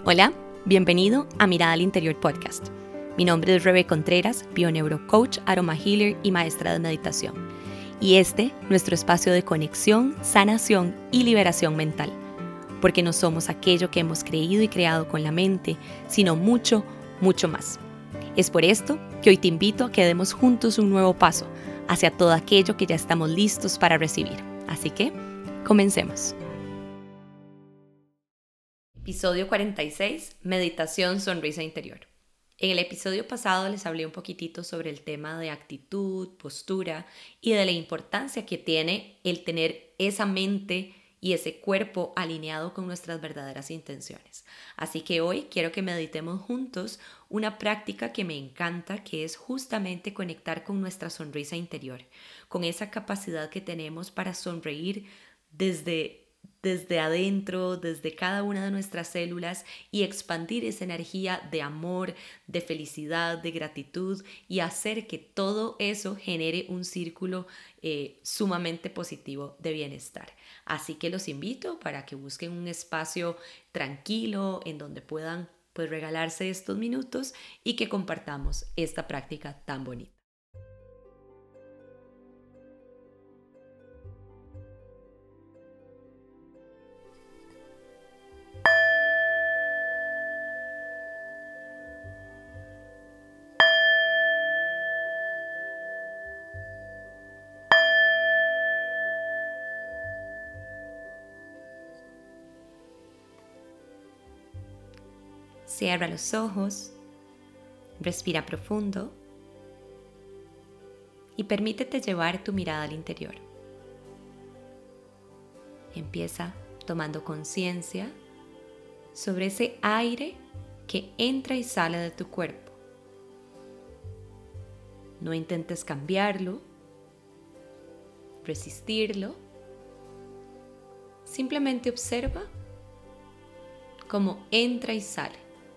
Hola, bienvenido a Mirada al Interior Podcast. Mi nombre es Rebe Contreras, bioneurocoach, aroma healer y maestra de meditación. Y nuestro espacio de conexión, sanación y liberación mental. Porque no somos aquello que hemos creído y creado con la mente, sino mucho, mucho más. Es por esto que hoy te invito a que demos juntos un nuevo paso hacia todo aquello que ya estamos listos para recibir. Así que, comencemos. Episodio 46, Meditación, Sonrisa Interior. En el episodio pasado les hablé un poquitito sobre el tema de actitud, postura y de la importancia que tiene el tener esa mente y ese cuerpo alineado con nuestras verdaderas intenciones. Así que hoy quiero que meditemos juntos una práctica que me encanta, que es justamente conectar con nuestra sonrisa interior, con esa capacidad que tenemos para sonreír desde adentro, desde cada una de nuestras células y expandir esa energía de amor, de felicidad, de gratitud y hacer que todo eso genere un círculo sumamente positivo de bienestar. Así que los invito para que busquen un espacio tranquilo en donde puedan regalarse estos minutos y que compartamos esta práctica tan bonita. Cierra los ojos, respira profundo y permítete llevar tu mirada al interior. Empieza tomando conciencia sobre ese aire que entra y sale de tu cuerpo. No intentes cambiarlo, resistirlo. Simplemente observa cómo entra y sale.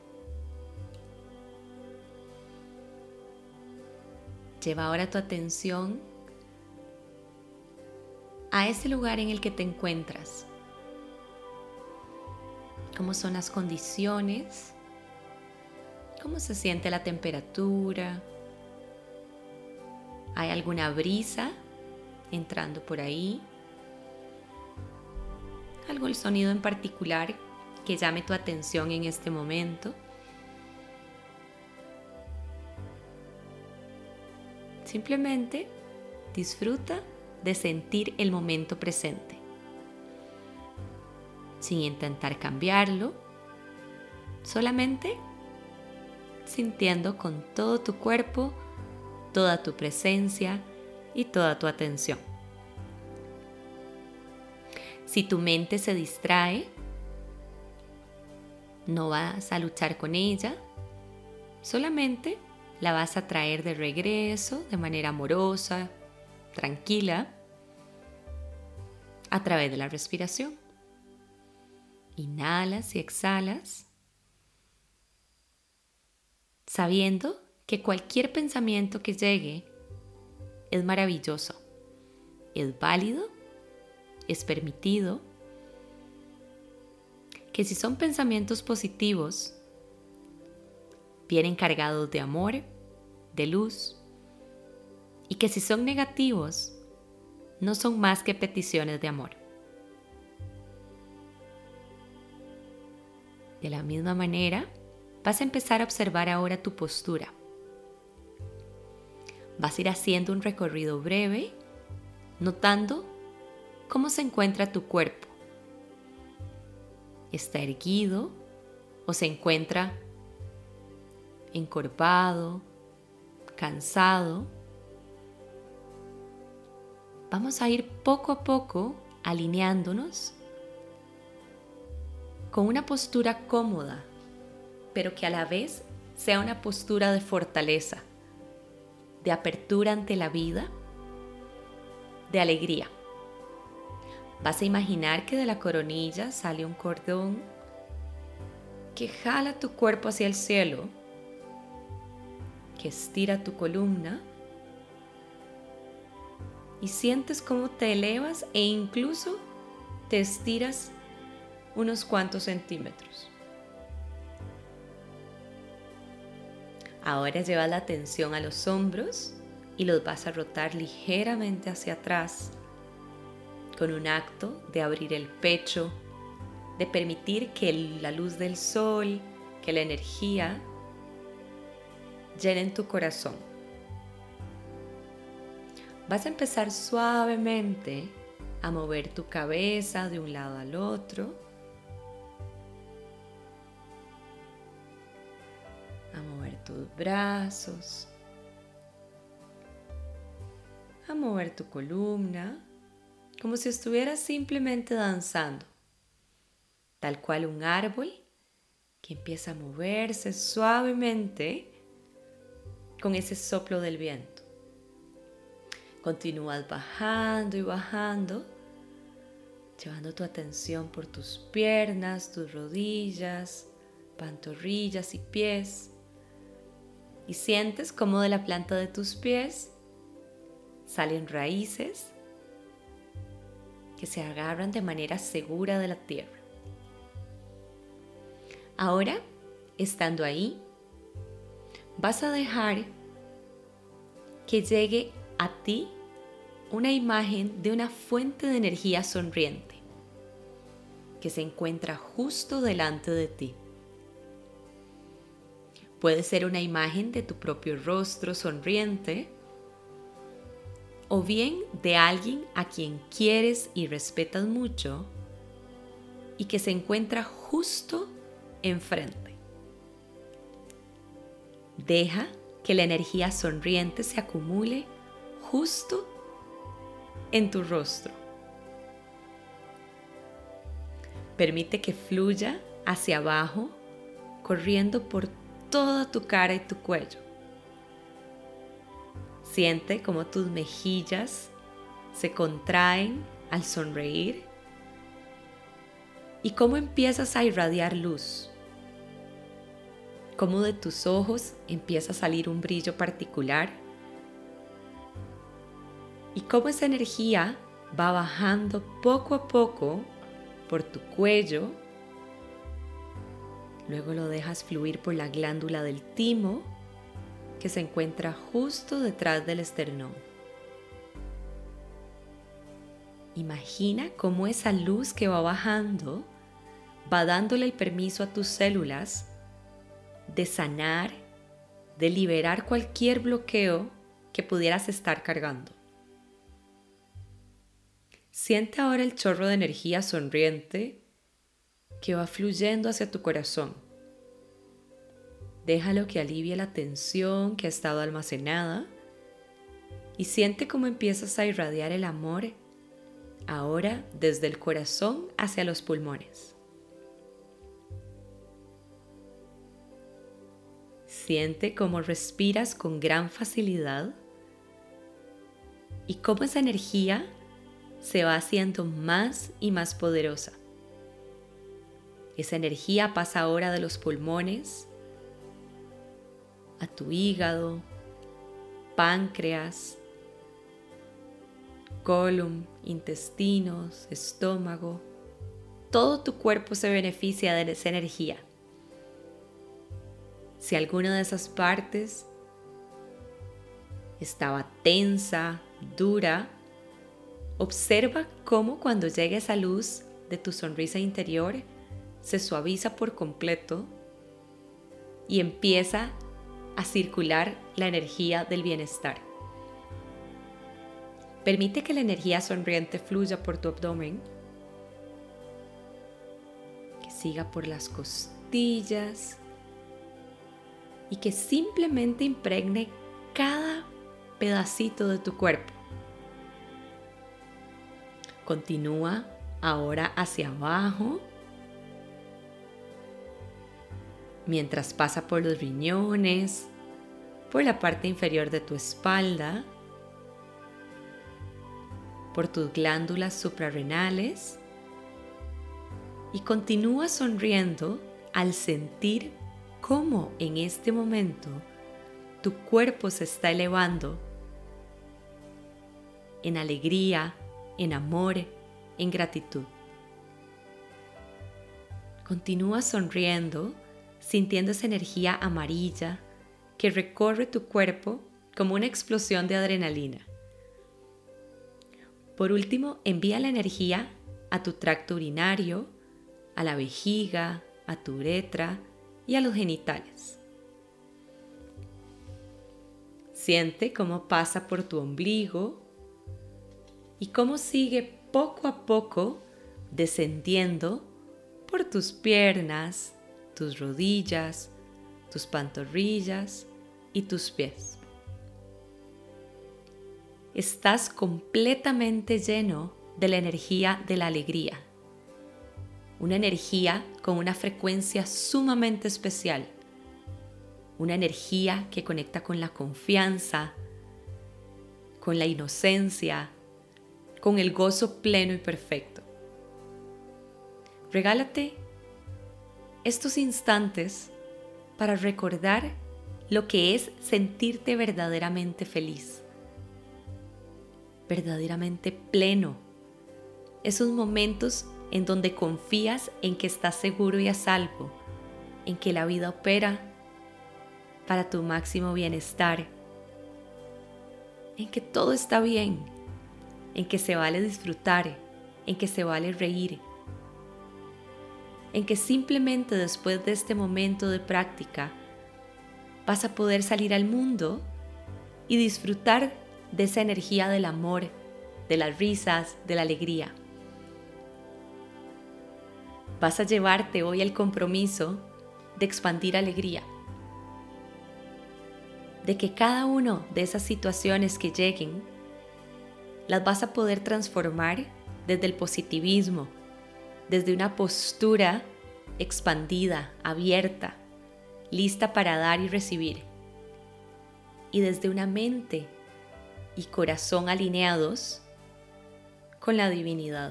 Lleva ahora tu atención a ese lugar en el que te encuentras. ¿Cómo son las condiciones? ¿Cómo se siente la temperatura? ¿Hay alguna brisa entrando por ahí? ¿Algún sonido en particular que llame tu atención en este momento? Simplemente disfruta de sentir el momento presente, sin intentar cambiarlo, solamente sintiendo con todo tu cuerpo, toda tu presencia y toda tu atención. Si tu mente se distrae, no vas a luchar con ella, solamente la vas a traer de regreso de manera amorosa, tranquila, a través de la respiración. Inhalas y exhalas, sabiendo que cualquier pensamiento que llegue es maravilloso, es válido, es permitido, que si son pensamientos positivos, vienen cargados de amor, de luz, y que si son negativos, no son más que peticiones de amor. De la misma manera, vas a empezar a observar ahora tu postura. Vas a ir haciendo un recorrido breve, notando cómo se encuentra tu cuerpo. ¿Está erguido o se encuentra encorvado, cansado? Vamos a ir poco a poco alineándonos con una postura cómoda, pero que a la vez sea una postura de fortaleza, de apertura ante la vida, de alegría. Vas a imaginar que de la coronilla sale un cordón que jala tu cuerpo hacia el cielo, que estira tu columna y sientes cómo te elevas e incluso te estiras unos cuantos centímetros. Ahora lleva la atención a los hombros y los vas a rotar ligeramente hacia atrás con un acto de abrir el pecho, de permitir que la luz del sol, que la energía llenen tu corazón. Vas a empezar suavemente a mover tu cabeza de un lado al otro, a mover tus brazos, a mover tu columna, como si estuvieras simplemente danzando, tal cual un árbol que empieza a moverse suavemente con ese soplo del viento. Continúas bajando y bajando, llevando tu atención por tus piernas, tus rodillas, pantorrillas y pies. Y sientes cómo de la planta de tus pies salen raíces que se agarran de manera segura de la tierra. Ahora, estando ahí, vas a dejar que llegue a ti una imagen de una fuente de energía sonriente que se encuentra justo delante de ti. Puede ser una imagen de tu propio rostro sonriente o bien de alguien a quien quieres y respetas mucho y que se encuentra justo enfrente. Deja que la energía sonriente se acumule justo en tu rostro. Permite que fluya hacia abajo, corriendo por toda tu cara y tu cuello. Siente cómo tus mejillas se contraen al sonreír y cómo empiezas a irradiar luz. Cómo de tus ojos empieza a salir un brillo particular y cómo esa energía va bajando poco a poco por tu cuello. Luego lo dejas fluir por la glándula del timo que se encuentra justo detrás del esternón. Imagina cómo esa luz que va bajando va dándole el permiso a tus células de sanar, de liberar cualquier bloqueo que pudieras estar cargando. Siente ahora el chorro de energía sonriente que va fluyendo hacia tu corazón. Déjalo que alivie la tensión que ha estado almacenada y siente cómo empiezas a irradiar el amor ahora desde el corazón hacia los pulmones. Siente cómo respiras con gran facilidad y cómo esa energía se va haciendo más y más poderosa. Esa energía pasa ahora de los pulmones a tu hígado, páncreas, colon, intestinos, estómago. Todo tu cuerpo se beneficia de esa energía. Si alguna de esas partes estaba tensa, dura, observa cómo cuando llega esa luz de tu sonrisa interior se suaviza por completo y empieza a circular la energía del bienestar. Permite que la energía sonriente fluya por tu abdomen, que siga por las costillas y que simplemente impregne cada pedacito de tu cuerpo. Continúa ahora hacia abajo, mientras pasa por los riñones, por la parte inferior de tu espalda, por tus glándulas suprarrenales y continúa sonriendo al sentir cómo en este momento tu cuerpo se está elevando en alegría, en amor, en gratitud. Continúa sonriendo, sintiendo esa energía amarilla que recorre tu cuerpo como una explosión de adrenalina. Por último, envía la energía a tu tracto urinario, a la vejiga, a tu uretra y a los genitales. Siente cómo pasa por tu ombligo y cómo sigue poco a poco descendiendo por tus piernas, tus rodillas, tus pantorrillas y tus pies. Estás completamente lleno de la energía de la alegría. Una energía con una frecuencia sumamente especial. Una energía que conecta con la confianza, con la inocencia, con el gozo pleno y perfecto. Regálate estos instantes para recordar lo que es sentirte verdaderamente feliz, verdaderamente pleno. Esos momentos en donde confías en que estás seguro y a salvo, en que la vida opera para tu máximo bienestar, en que todo está bien, en que se vale disfrutar, en que se vale reír, en que simplemente después de este momento de práctica vas a poder salir al mundo y disfrutar de esa energía del amor, de las risas, de la alegría. Vas a llevarte hoy el compromiso de expandir alegría, de que cada una de esas situaciones que lleguen las vas a poder transformar desde el positivismo, desde una postura expandida, abierta, lista para dar y recibir, y desde una mente y corazón alineados con la divinidad.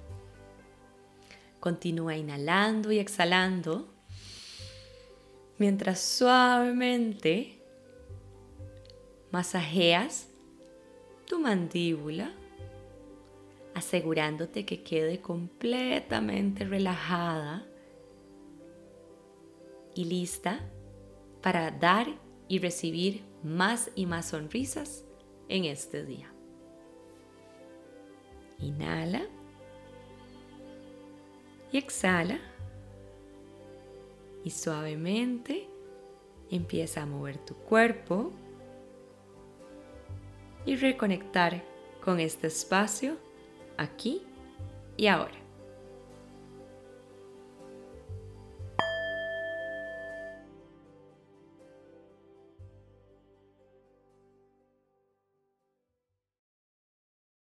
Continúa inhalando y exhalando mientras suavemente masajeas tu mandíbula, asegurándote que quede completamente relajada y lista para dar y recibir más y más sonrisas en este día. Inhala y exhala y suavemente empieza a mover tu cuerpo y reconectar con este espacio aquí y ahora.